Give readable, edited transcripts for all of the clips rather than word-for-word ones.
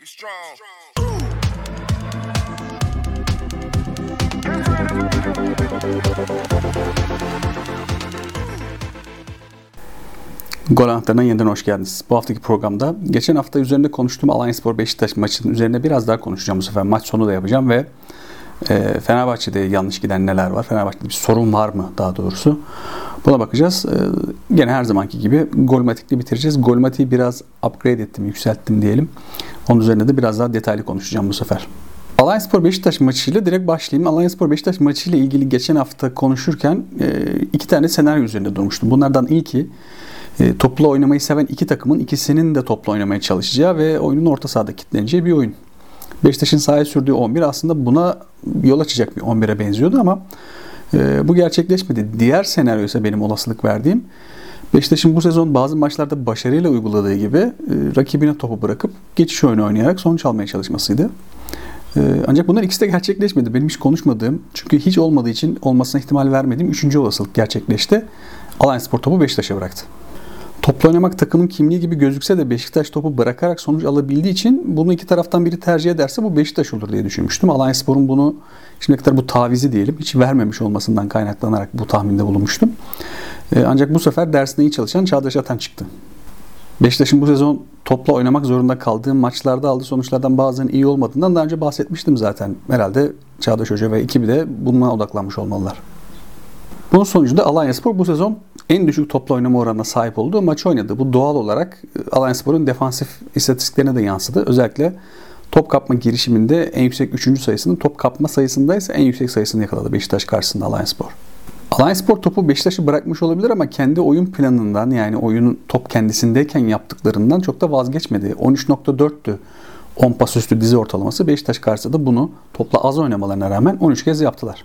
strong. Gol Anahtarı'na yeniden hoş geldiniz. Bu haftaki programda geçen hafta üzerinde konuştuğum Alanyaspor Beşiktaş maçının üzerine biraz daha konuşacağım. Bu sefer maç sonu da yapacağım ve Fenerbahçe'de yanlış giden neler var? Fenerbahçe'de bir sorun var mı daha doğrusu? Buna bakacağız. Gene her zamanki gibi Golmatik'le bitireceğiz. Golmatik'i biraz upgrade ettim, yükselttim diyelim. Onun üzerine de biraz daha detaylı konuşacağım bu sefer. Alanyaspor Beşiktaş maçıyla direkt başlayayım. Alanyaspor Beşiktaş maçıyla ilgili geçen hafta konuşurken iki tane senaryo üzerinde durmuştum. Bunlardan ilki toplu oynamayı seven iki takımın ikisinin de toplu oynamaya çalışacağı ve oyunun orta sahada kilitleneceği bir oyun. Beşiktaş'ın sahaya sürdüğü 11 aslında buna yol açacak bir 11'e benziyordu ama bu gerçekleşmedi. Diğer senaryo ise benim olasılık verdiğim Beşiktaş'ın bu sezon bazı maçlarda başarıyla uyguladığı gibi rakibine topu bırakıp geçiş oyunu oynayarak sonuç almaya çalışmasıydı. Ancak bunların ikisi de gerçekleşmedi. Benim hiç konuşmadığım, çünkü hiç olmadığı için olmasına ihtimal vermediğim 3. olasılık gerçekleşti. Alanyaspor topu Beşiktaş'a bıraktı. Toplu oynamak takımın kimliği gibi gözükse de Beşiktaş topu bırakarak sonuç alabildiği için bunu iki taraftan biri tercih ederse bu Beşiktaş olur diye düşünmüştüm. Alanyaspor'un bunu şimdiye kadar bu tavizi diyelim hiç vermemiş olmasından kaynaklanarak bu tahminde bulunmuştum. Ancak bu sefer dersine iyi çalışan Çağdaş Atan çıktı. Beşiktaş'ın bu sezon topla oynamak zorunda kaldığı maçlarda aldığı sonuçlardan bazılarının iyi olmadığından daha önce bahsetmiştim zaten. Herhalde Çağdaş Hoca ve ekibi de buna odaklanmış olmalılar. Bunun sonucunda Alanyaspor bu sezon en düşük toplu oynama oranına sahip olduğu maçı oynadı. Bu doğal olarak Alanyaspor'un defansif istatistiklerine de yansıdı. Özellikle top kapma girişiminde en yüksek 3. sayısını, top kapma sayısında ise en yüksek sayısını yakaladı Beşiktaş karşısında Alanyaspor. Alanyaspor topu Beşiktaş'ı bırakmış olabilir ama kendi oyun planından, yani oyunun top kendisindeyken yaptıklarından çok da vazgeçmedi. 13.4'tü 10 pas üstü dizi ortalaması. Beşiktaş karşısında bunu topla az oynamalarına rağmen 13 kez yaptılar.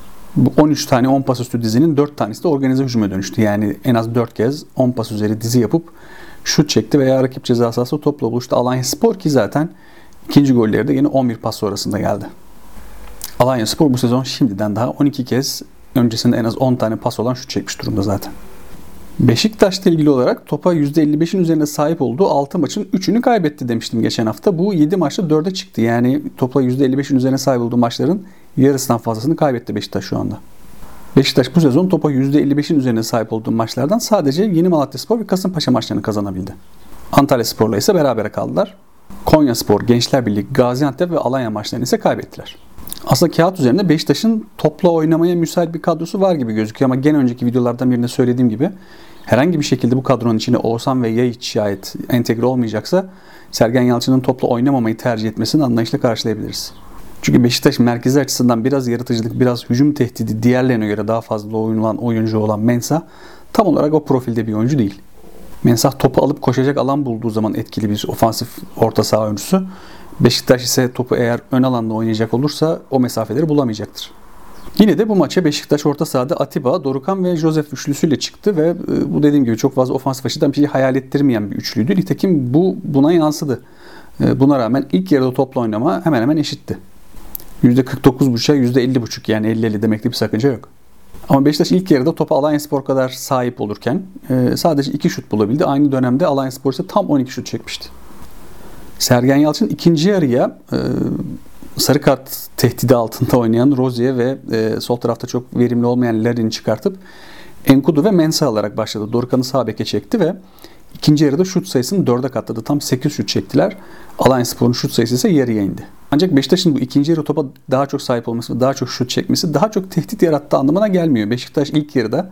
Bu 13 tane 10 pas üstü dizinin 4 tanesi de organize hücuma dönüştü. Yani en az 4 kez 10 pas üzeri dizi yapıp şut çekti veya rakip ceza sahası topla buluştu. Alanyaspor ki zaten ikinci golleri de yine 11 pas sonrasında geldi. Alanyaspor bu sezon şimdiden daha 12 kez öncesinde en az 10 tane pas olan şut çekmiş durumda zaten. Beşiktaş'la ilgili olarak topa %55'in üzerine sahip olduğu 6 maçın 3'ünü kaybetti demiştim geçen hafta. Bu 7 maçta 4'e çıktı. Yani topa %55'in üzerine sahip olduğu maçların yarısından fazlasını kaybetti Beşiktaş şu anda. Beşiktaş bu sezon topa %55'in üzerine sahip olduğu maçlardan sadece Yeni Malatyaspor ve Kasımpaşa maçlarını kazanabildi. Antalyaspor'la ise berabere kaldılar. Konyaspor, Gençler Birliği, Gaziantep ve Alanya maçlarını ise kaybettiler. Aslında kağıt üzerinde Beşiktaş'ın topla oynamaya müsait bir kadrosu var gibi gözüküyor ama gene önceki videolardan birinde söylediğim gibi herhangi bir şekilde bu kadronun içine Oğuzhan ve Yayiç şayet entegre olmayacaksa Sergen Yalçın'ın topla oynamamayı tercih etmesini anlayışla karşılayabiliriz. Çünkü Beşiktaş merkezi açısından biraz yaratıcılık, biraz hücum tehdidi, diğerlerine göre daha fazla oynanan oyuncu olan Mensah tam olarak o profilde bir oyuncu değil. Mensah topu alıp koşacak alan bulduğu zaman etkili bir ofansif orta saha oyuncusu. Beşiktaş ise topu eğer ön alanda oynayacak olursa o mesafeleri bulamayacaktır. Yine de bu maça Beşiktaş orta sahada Atiba, Dorukhan ve Josef üçlüsüyle çıktı ve bu dediğim gibi çok fazla ofansif açıdan bir şey hayal ettirmeyen bir üçlüydü. Nitekim bu buna yansıdı. Buna rağmen ilk yarıda topla oynama hemen hemen eşitti. %49.5'a %50.5 yani 50-50 demekte bir sakınca yok. Ama Beşiktaş ilk yarıda topa Alanyaspor kadar sahip olurken sadece 2 şut bulabildi. Aynı dönemde Alanyaspor ise tam 12 şut çekmişti. Sergen Yalçın ikinci yarıya sarı kart tehdidi altında oynayan Rozier ve sol tarafta çok verimli olmayan Larin'i çıkartıp Enkudu ve Mensah alarak başladı. Dorukhan'ı sağ beke çekti ve ikinci yarıda şut sayısını 4'e katladı. Tam 8 şut çektiler. Alanyaspor'un şut sayısı ise yarıya indi. Ancak Beşiktaş'ın bu ikinci yarı topa daha çok sahip olması ve daha çok şut çekmesi daha çok tehdit yarattığı anlamına gelmiyor. Beşiktaş ilk yarıda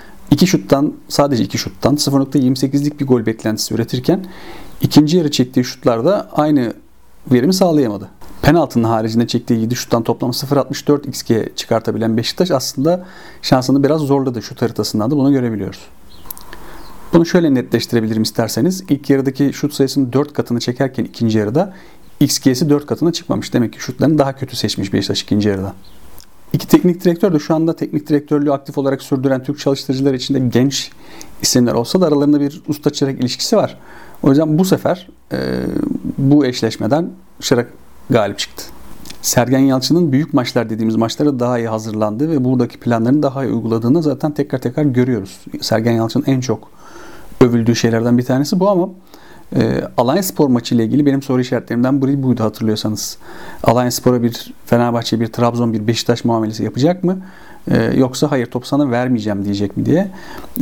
sadece 2 şuttan 0.28'lik bir gol beklentisi üretirken ikinci yarı çektiği şutlarda aynı verimi sağlayamadı. Penaltının haricinde çektiği 7 şuttan toplam 0.64 XG çıkartabilen Beşiktaş aslında şansını biraz zorladı şut haritasından da bunu görebiliyoruz. Bunu şöyle netleştirebilirim isterseniz. İlk yarıdaki şut sayısının 4 katını çekerken ikinci yarıda XG'si 4 katına çıkmamış. Demek ki şutlarını daha kötü seçmiş Beşiktaş ikinci yarıda. İki teknik direktör de şu anda teknik direktörlüğü aktif olarak sürdüren Türk çalıştırıcılar içinde genç isimler olsa da aralarında bir usta çırak ilişkisi var. O yüzden bu sefer bu eşleşmeden Çırak galip çıktı. Sergen Yalçın'ın büyük maçlar dediğimiz maçlara daha iyi hazırlandığı ve buradaki planlarını daha iyi uyguladığını zaten tekrar görüyoruz. Sergen Yalçın'ın en çok övüldüğü şeylerden bir tanesi bu ama Alanyaspor maçı ile ilgili benim soru işaretlerimden biri buydu, hatırlıyorsanız. Alanyaspor'a bir Fenerbahçe, bir Trabzon, bir Beşiktaş muamelesi yapacak mı? Yoksa hayır, topu sana vermeyeceğim diyecek mi diye.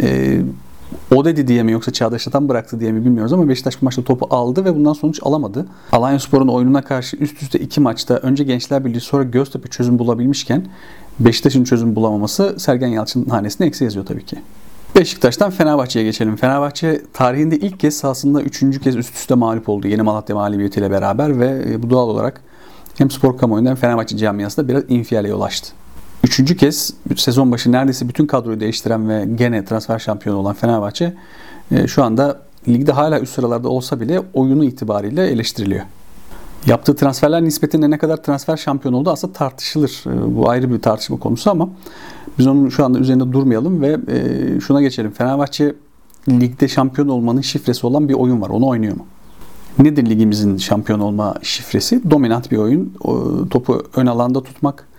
O dedi diye mi yoksa Çağdaş Atan bıraktı diye mi bilmiyoruz ama Beşiktaş bu maçta topu aldı ve bundan sonuç alamadı. Alanyaspor'un oyununa karşı üst üste 2 maçta önce Gençler Birliği sonra Göztepe çözüm bulabilmişken Beşiktaş'ın çözüm bulamaması Sergen Yalçın'ın hanesine eksi yazıyor tabii ki. Beşiktaş'tan Fenerbahçe'ye geçelim. Fenerbahçe tarihinde ilk kez sahasında 3. kez üst üste mağlup oldu. Yeni Malatya mağlubiyetiyle beraber ve bu doğal olarak hem spor kamuoyunda hem Fenerbahçe camiasında biraz infiale yol açtı. 3. kez sezon başı neredeyse bütün kadroyu değiştiren ve gene transfer şampiyonu olan Fenerbahçe şu anda ligde hala üst sıralarda olsa bile oyunu itibariyle eleştiriliyor. Yaptığı transferler nispetinde ne kadar transfer şampiyonu oldu aslında tartışılır. Bu ayrı bir tartışma konusu ama biz onun şu anda üzerinde durmayalım ve şuna geçelim. Fenerbahçe ligde şampiyon olmanın şifresi olan bir oyun var. Onu oynuyor mu? Nedir ligimizin şampiyon olma şifresi? Dominant bir oyun. Topu ön alanda tutmak,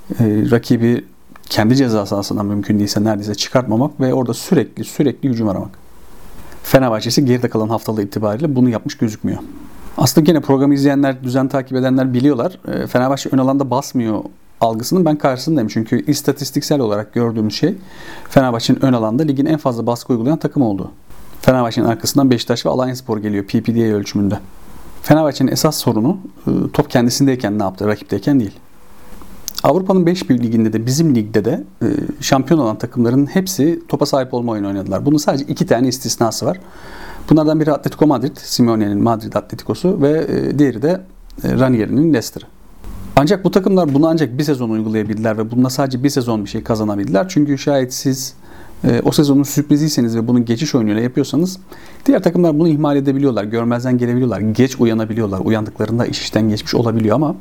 rakibi kendi ceza sahasından mümkün değilse neredeyse çıkartmamak ve orada sürekli hücum aramak. Fenerbahçe ise geride kalan haftalar itibariyle bunu yapmış gözükmüyor. Aslında gene programı izleyenler, düzen takip edenler biliyorlar. Fenerbahçe ön alanda basmıyor algısının ben karşısındayım. Çünkü istatistiksel olarak gördüğümüz şey Fenerbahçe'nin ön alanda ligin en fazla baskı uygulayan takım olduğu. Fenerbahçe'nin arkasından Beşiktaş ve Alanyaspor geliyor PPDA ölçümünde. Fenerbahçe'nin esas sorunu top kendisindeyken ne yaptı, rakipteyken değil. Avrupa'nın 5 büyük liginde de bizim ligde de şampiyon olan takımların hepsi topa sahip olma oyunu oynadılar. Bunun sadece 2 tane istisnası var. Bunlardan biri Atletico Madrid, Simeone'nin Madrid Atletico'su ve diğeri de Ranieri'nin Leicester'ı. Ancak bu takımlar bunu ancak bir sezon uygulayabildiler ve bununla sadece bir sezon bir şey kazanabildiler. Çünkü şayet siz o sezonun sürpriziyseniz ve bunu geçiş oyunuyla yapıyorsanız diğer takımlar bunu ihmal edebiliyorlar, görmezden gelebiliyorlar, geç uyanabiliyorlar. Uyandıklarında iş işten geçmiş olabiliyor ama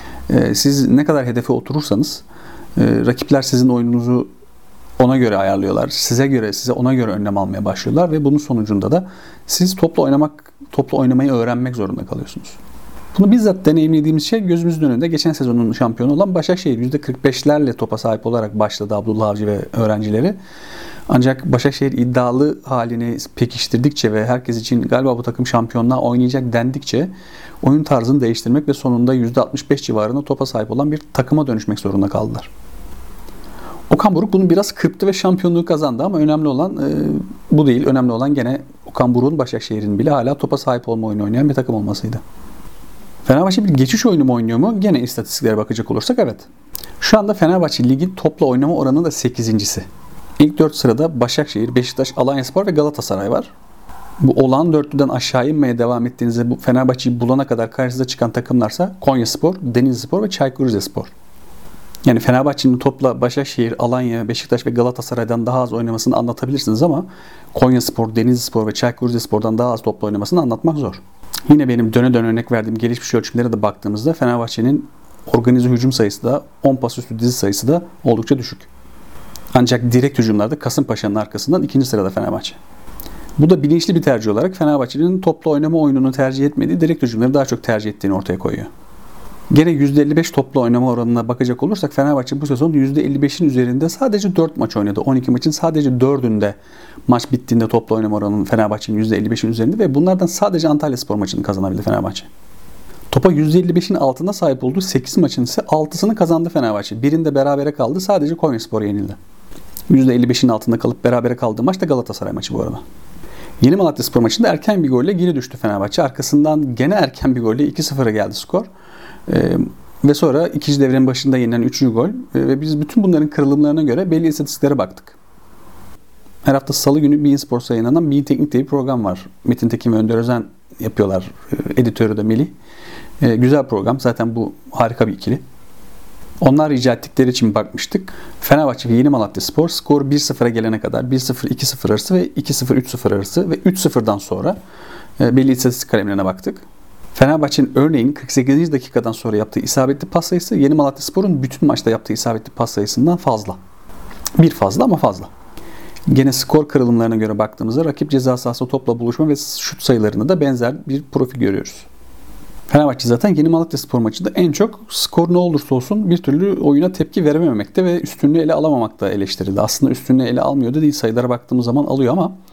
siz ne kadar hedefe oturursanız rakipler sizin oyununuzu ona göre ayarlıyorlar. Size ona göre önlem almaya başlıyorlar ve bunun sonucunda da siz topla oynamayı öğrenmek zorunda kalıyorsunuz. Bunu bizzat deneyimlediğimiz şey gözümüzün önünde geçen sezonun şampiyonu olan Başakşehir %45'lerle topa sahip olarak başladı Abdullah Avcı ve öğrencileri. Ancak Başakşehir iddialı halini pekiştirdikçe ve herkes için galiba bu takım şampiyonluğa oynayacak dendikçe oyun tarzını değiştirmek ve sonunda %65 civarında topa sahip olan bir takıma dönüşmek zorunda kaldılar. Okan Buruk bunu biraz kırptı ve şampiyonluğu kazandı ama önemli olan bu değil. Önemli olan gene Okan Buruk'un Başakşehir'in bile hala topa sahip olma oyunu oynayan bir takım olmasıydı. Fenerbahçe bir geçiş oyunu mu oynuyor mu? Gene istatistiklere bakacak olursak evet. Şu anda Fenerbahçe ligin topla oynama oranı da 8.'si. İlk 4 sırada Başakşehir, Beşiktaş, Alanyaspor ve Galatasaray var. Bu olağan dörtlüden aşağı inmeye devam ettiğinizde bu Fenerbahçe'yi bulana kadar karşınıza çıkan takımlarsa Konyaspor, Denizlispor ve Çaykur Rizespor. Yani Fenerbahçe'nin topla Başakşehir, Alanya, Beşiktaş ve Galatasaray'dan daha az oynamasını anlatabilirsiniz ama Konyaspor, Denizlispor ve Çaykur Rizespor'dan daha az topla oynamasını anlatmak zor. Yine benim döne örnek verdiğim gelişmiş ölçümlere de baktığımızda Fenerbahçe'nin organize hücum sayısı da 10 pas üstü dizi sayısı da oldukça düşük. Ancak direkt hücumlarda Kasımpaşa'nın arkasından 2. sırada Fenerbahçe. Bu da bilinçli bir tercih olarak Fenerbahçe'nin topla oynama oyununu tercih etmediği, direkt hücumları daha çok tercih ettiğini ortaya koyuyor. Gene %55 topla oynama oranına bakacak olursak Fenerbahçe bu sezon %55'in üzerinde sadece 4 maç oynadı. 12 maçın sadece 4'ünde maç bittiğinde topla oynama oranının Fenerbahçe'nin %55'in üzerinde ve bunlardan sadece Antalyaspor maçını kazanabildi Fenerbahçe. Topa %55'in altında sahip olduğu 8 maçın ise 6'sını kazandı Fenerbahçe. Birinde berabere kaldı. Sadece Konyaspor'a yenildi. %55'in altında kalıp berabere kaldığı maç da Galatasaray maçı bu arada. Yeni Malatyaspor maçında erken bir golle geri düştü Fenerbahçe. Arkasından gene erken bir golle 2-0'a geldi skor. Ve sonra ikinci devrenin başında yenilen 3. gol. Ve biz bütün bunların kırılımlarına göre belli istatistiklere baktık. Her hafta Salı günü Bein Sports'a yayınlanan Bein Teknik diye bir program var. Metin Tekin ve Önder Özen yapıyorlar. Editörü de Melih. Güzel program. Zaten bu harika bir ikili. Onlar rica ettikleri için bakmıştık. Fenerbahçe ve Yeni Malatyaspor skor 1-0'a gelene kadar 1-0-2-0 arası ve 2-0-3-0 arası ve 3-0'dan sonra belli istatistik kalemlerine baktık. Fenerbahçe'nin örneğin 48. dakikadan sonra yaptığı isabetli pas sayısı Yeni Malatyaspor'un bütün maçta yaptığı isabetli pas sayısından fazla. Bir fazla ama fazla. Gene skor kırılımlarına göre baktığımızda rakip ceza sahası topla buluşma ve şut sayılarında da benzer bir profil görüyoruz. Fenerbahçe zaten Yeni Malatyaspor maçında en çok skor ne olursa olsun bir türlü oyuna tepki verememekte ve üstünlüğü ele alamamakta eleştirildi. Aslında üstünlüğü ele almıyor da değil, sayılara baktığımız zaman alıyor ama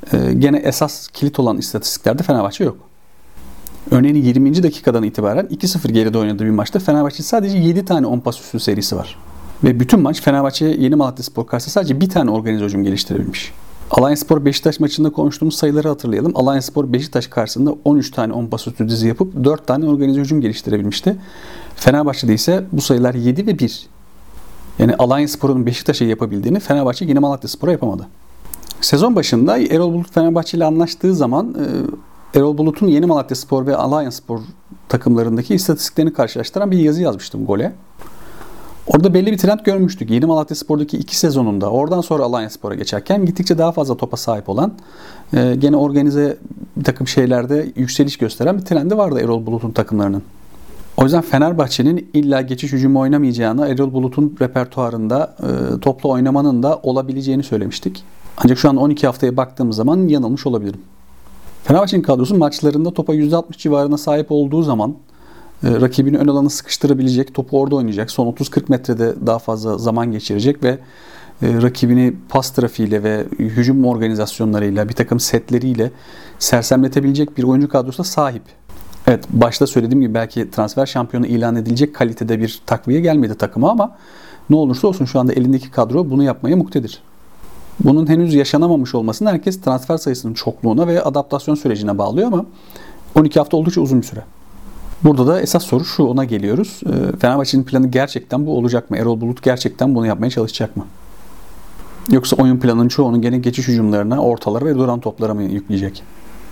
gene esas kilit olan istatistiklerde Fenerbahçe yok. Örneğin 20. dakikadan itibaren 2-0 geride oynadığı bir maçta Fenerbahçe sadece 7 tane 10 pas üstü serisi var. Ve bütün maç Fenerbahçe Yeni Malatyaspor karşısında sadece bir tane organize hücum geliştirebilmiş. Alanyaspor Beşiktaş maçında konuştuğumuz sayıları hatırlayalım. Alanyaspor Beşiktaş karşısında 13 tane 10 pas üstü dizi yapıp 4 tane organize hücum geliştirebilmişti. Fenerbahçe'de ise bu sayılar 7 ve 1. Yani Alanyaspor'un Beşiktaş'a yapabildiğini Fenerbahçe Yeni Malatyaspor'a yapamadı. Sezon başında Erol Bulut Fenerbahçe ile anlaştığı zaman Erol Bulut'un Yeni Malatyaspor ve Alanyaspor takımlarındaki istatistiklerini karşılaştıran bir yazı yazmıştım Gole. Orada belli bir trend görmüştük. Yeni Malatyaspor'daki 2 sezonunda oradan sonra Alanyaspor'a geçerken gittikçe daha fazla topa sahip olan gene organize bir takım şeylerde yükseliş gösteren bir trendi vardı Erol Bulut'un takımlarının. O yüzden Fenerbahçe'nin illa geçiş hücumu oynamayacağını, Erol Bulut'un repertuarında topla oynamanın da olabileceğini söylemiştik. Ancak şu an 12 haftaya baktığımız zaman yanılmış olabilirim. Fenerbahçe'nin kadrosu maçlarında topa %60 civarına sahip olduğu zaman rakibini ön alanı sıkıştırabilecek, topu orada oynayacak, son 30-40 metrede daha fazla zaman geçirecek ve rakibini pas trafiğiyle ve hücum organizasyonlarıyla, bir takım setleriyle sersemletebilecek bir oyuncu kadrosuna sahip. Evet, başta söylediğim gibi belki transfer şampiyonu ilan edilecek kalitede bir takviye gelmedi takıma ama ne olursa olsun şu anda elindeki kadro bunu yapmaya muktedir. Bunun henüz yaşanamamış olmasını herkes transfer sayısının çokluğuna ve adaptasyon sürecine bağlıyor ama 12 hafta oldukça uzun bir süre. Burada da esas soru şu, ona geliyoruz. Fenerbahçe'nin planı gerçekten bu olacak mı? Erol Bulut gerçekten bunu yapmaya çalışacak mı? Yoksa oyun planının çoğunu gene geçiş hücumlarına, ortalara ve duran toplara mı yükleyecek?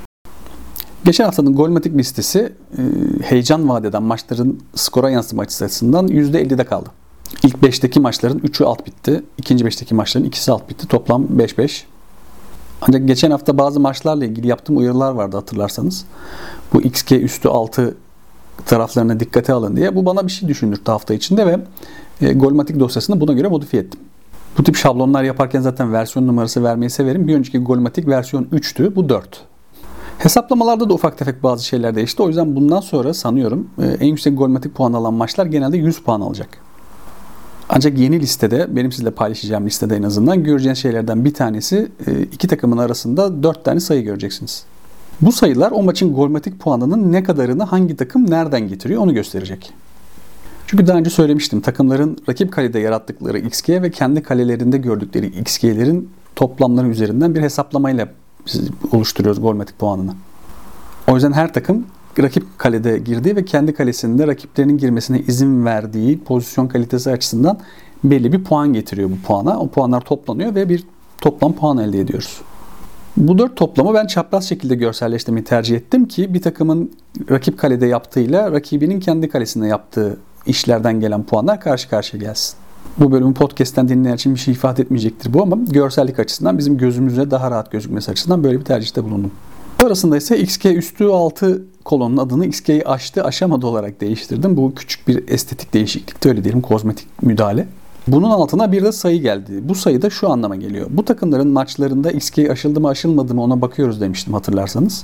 Geçen haftanın Golmatik listesi heyecan vaat eden maçların skora yansıma açısından %50'de kaldı. İlk 5'teki maçların 3'ü alt bitti. İkinci 5'teki maçların ikisi alt bitti. Toplam 5-5. Ancak geçen hafta bazı maçlarla ilgili yaptığım uyarılar vardı hatırlarsanız. Bu XG üstü 6 taraflarına dikkate alın diye. Bu bana bir şey düşündürttü hafta içinde ve Golmatik dosyasını buna göre modifiye ettim. Bu tip şablonlar yaparken zaten versiyon numarası vermeyi severim. Bir önceki Golmatik versiyon 3'tü. Bu 4. Hesaplamalarda da ufak tefek bazı şeyler değişti. O yüzden bundan sonra sanıyorum en yüksek Golmatik puan alan maçlar genelde 100 puan alacak. Ancak yeni listede, benim sizinle paylaşacağım listede en azından göreceğiniz şeylerden bir tanesi iki takımın arasında 4 tane sayı göreceksiniz. Bu sayılar o maçın Golmatik puanının ne kadarını hangi takım nereden getiriyor onu gösterecek. Çünkü daha önce söylemiştim, takımların rakip kalede yarattıkları XG ve kendi kalelerinde gördükleri XG'lerin toplamları üzerinden bir hesaplamayla oluşturuyoruz Golmatik puanını. O yüzden her takım rakip kalede girdiği ve kendi kalesinde rakiplerinin girmesine izin verdiği pozisyon kalitesi açısından belli bir puan getiriyor bu puana. O puanlar toplanıyor ve bir toplam puan elde ediyoruz. Bu 4 toplamı ben çapraz şekilde görselleştirmeyi tercih ettim ki bir takımın rakip kalede yaptığıyla rakibinin kendi kalesinde yaptığı işlerden gelen puanlar karşı karşıya gelsin. Bu bölümü podcast'ten dinleyen için bir şey ifade etmeyecektir bu ama görsellik açısından bizim gözümüze daha rahat gözükmesi açısından böyle bir tercihte bulundum. Bu arasında ise XG üstü 6 kolonun adını XG'yi aştı aşamadı olarak değiştirdim. Bu küçük bir estetik değişiklikti, öyle diyelim, kozmetik müdahale. Bunun altına bir de sayı geldi. Bu sayı da şu anlama geliyor. Bu takımların maçlarında XG aşıldı mı aşılmadı mı ona bakıyoruz demiştim hatırlarsanız.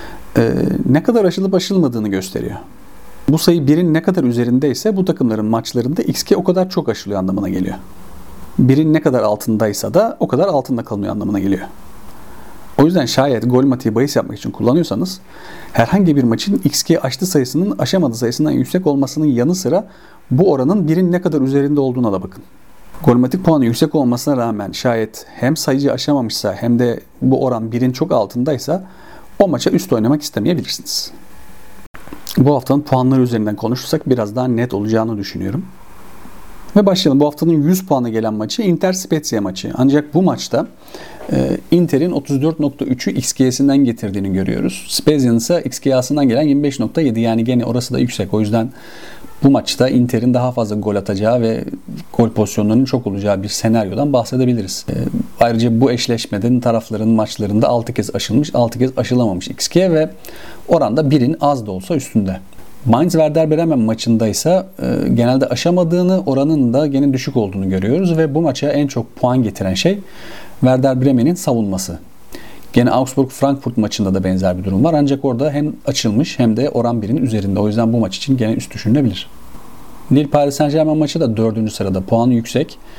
Ne kadar aşılıp aşılmadığını gösteriyor. Bu sayı 1'in ne kadar üzerindeyse bu takımların maçlarında XG o kadar çok aşılıyor anlamına geliyor. 1'in ne kadar altındaysa da o kadar altında kalınıyor anlamına geliyor. O yüzden şayet Golmatik'i bahis yapmak için kullanıyorsanız herhangi bir maçın XG aştı sayısının aşamadığı sayısından yüksek olmasının yanı sıra bu oranın 1'in ne kadar üzerinde olduğuna da bakın. Golmatik puanı yüksek olmasına rağmen şayet hem sayıcı aşamamışsa hem de bu oran 1'in çok altındaysa o maça üst oynamak istemeyebilirsiniz. Bu haftanın puanları üzerinden konuşursak biraz daha net olacağını düşünüyorum. Ve başlayalım. Bu haftanın 100 puanı gelen maçı Inter Spezia maçı. Ancak bu maçta Inter'in 34.3'ü XG'sinden getirdiğini görüyoruz. Spezia'nın ise XG'sinden gelen 25.7, yani gene orası da yüksek. O yüzden bu maçta Inter'in daha fazla gol atacağı ve gol pozisyonlarının çok olacağı bir senaryodan bahsedebiliriz. Ayrıca bu eşleşmeden tarafların maçlarında 6 kez aşılmış, 6 kez aşılamamış XG ve oranda 1'in az da olsa üstünde. Mainz Werder Bremen maçında ise genelde aşamadığını, oranın da gene düşük olduğunu görüyoruz ve bu maça en çok puan getiren şey Werder Bremen'in savunması. Gene Augsburg-Frankfurt maçında da benzer bir durum var. Ancak orada hem açılmış hem de oran 1'in üzerinde. O yüzden bu maç için gene üst düşünülebilir. Lille Paris Saint-Germain maçı da 4. sırada. Puanı yüksek.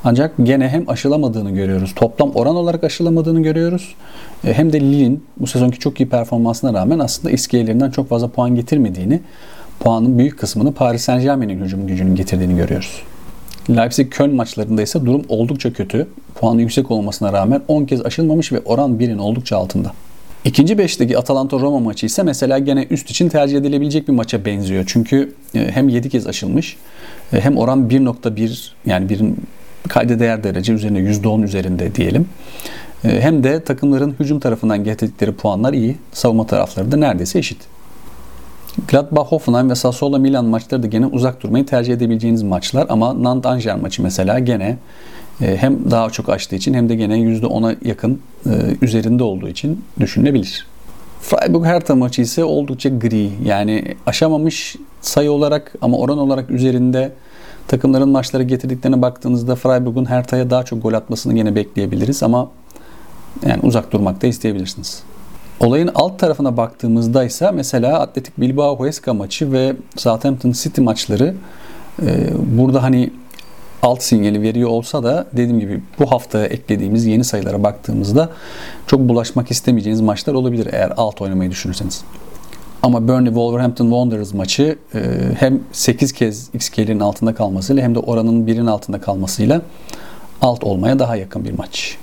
Ancak gene hem aşılamadığını görüyoruz. Toplam oran olarak aşılamadığını görüyoruz. Hem de Lille'in bu sezonki çok iyi performansına rağmen aslında eski çok fazla puan getirmediğini, puanın büyük kısmını Paris Saint-Germain'in hücum gücünün getirdiğini görüyoruz. Leipzig-Köln maçlarında ise durum oldukça kötü. Puanı yüksek olmasına rağmen 10 kez aşılmamış ve oran 1'in oldukça altında. İkinci beşteki Atalanta-Roma maçı ise mesela gene üst için tercih edilebilecek bir maça benziyor. Çünkü hem 7 kez aşılmış hem oran 1.1 yani birin kayda değer derece üzerine %10 üzerinde diyelim. Hem de takımların hücum tarafından getirdikleri puanlar iyi. Savunma tarafları da neredeyse eşit. Gladbach, Hoffenheim ve Sassuolo Milan maçları da gene uzak durmayı tercih edebileceğiniz maçlar. Ama Nantes-Angers maçı mesela gene hem daha çok açtığı için hem de gene %10'a yakın üzerinde olduğu için düşünülebilir. Freiburg-Hertha maçı ise oldukça gri. Yani aşamamış sayı olarak ama oran olarak üzerinde. Takımların maçları getirdiklerine baktığınızda Freiburg'un Hertha'ya daha çok gol atmasını gene bekleyebiliriz ama yani uzak durmak da isteyebilirsiniz. Olayın alt tarafına baktığımızda ise mesela Atletik Bilbao Huesca maçı ve Southampton City maçları burada hani alt sinyali veriyor olsa da dediğim gibi bu hafta eklediğimiz yeni sayılara baktığımızda çok bulaşmak istemeyeceğiniz maçlar olabilir eğer alt oynamayı düşünürseniz. Ama Burnley-Wolverhampton Wanderers maçı hem 8 kez XG'lerin altında kalmasıyla hem de oranın 1'in altında kalmasıyla alt olmaya daha yakın bir maç.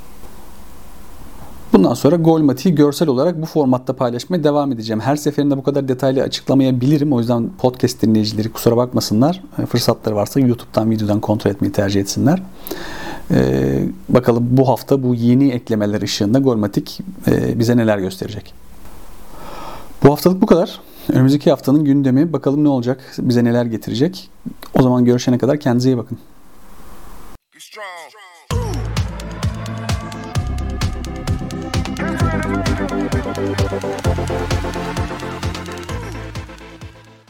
Bundan sonra Golmatik'i görsel olarak bu formatta paylaşmaya devam edeceğim. Her seferinde bu kadar detaylı açıklamayabilirim. O yüzden podcast dinleyicileri kusura bakmasınlar. Fırsatları varsa YouTube'dan, videodan kontrol etmeyi tercih etsinler. Bakalım bu hafta bu yeni eklemeler ışığında Golmatik bize neler gösterecek. Bu haftalık bu kadar. Önümüzdeki haftanın gündemi bakalım ne olacak, bize neler getirecek. O zaman görüşene kadar kendinize iyi bakın.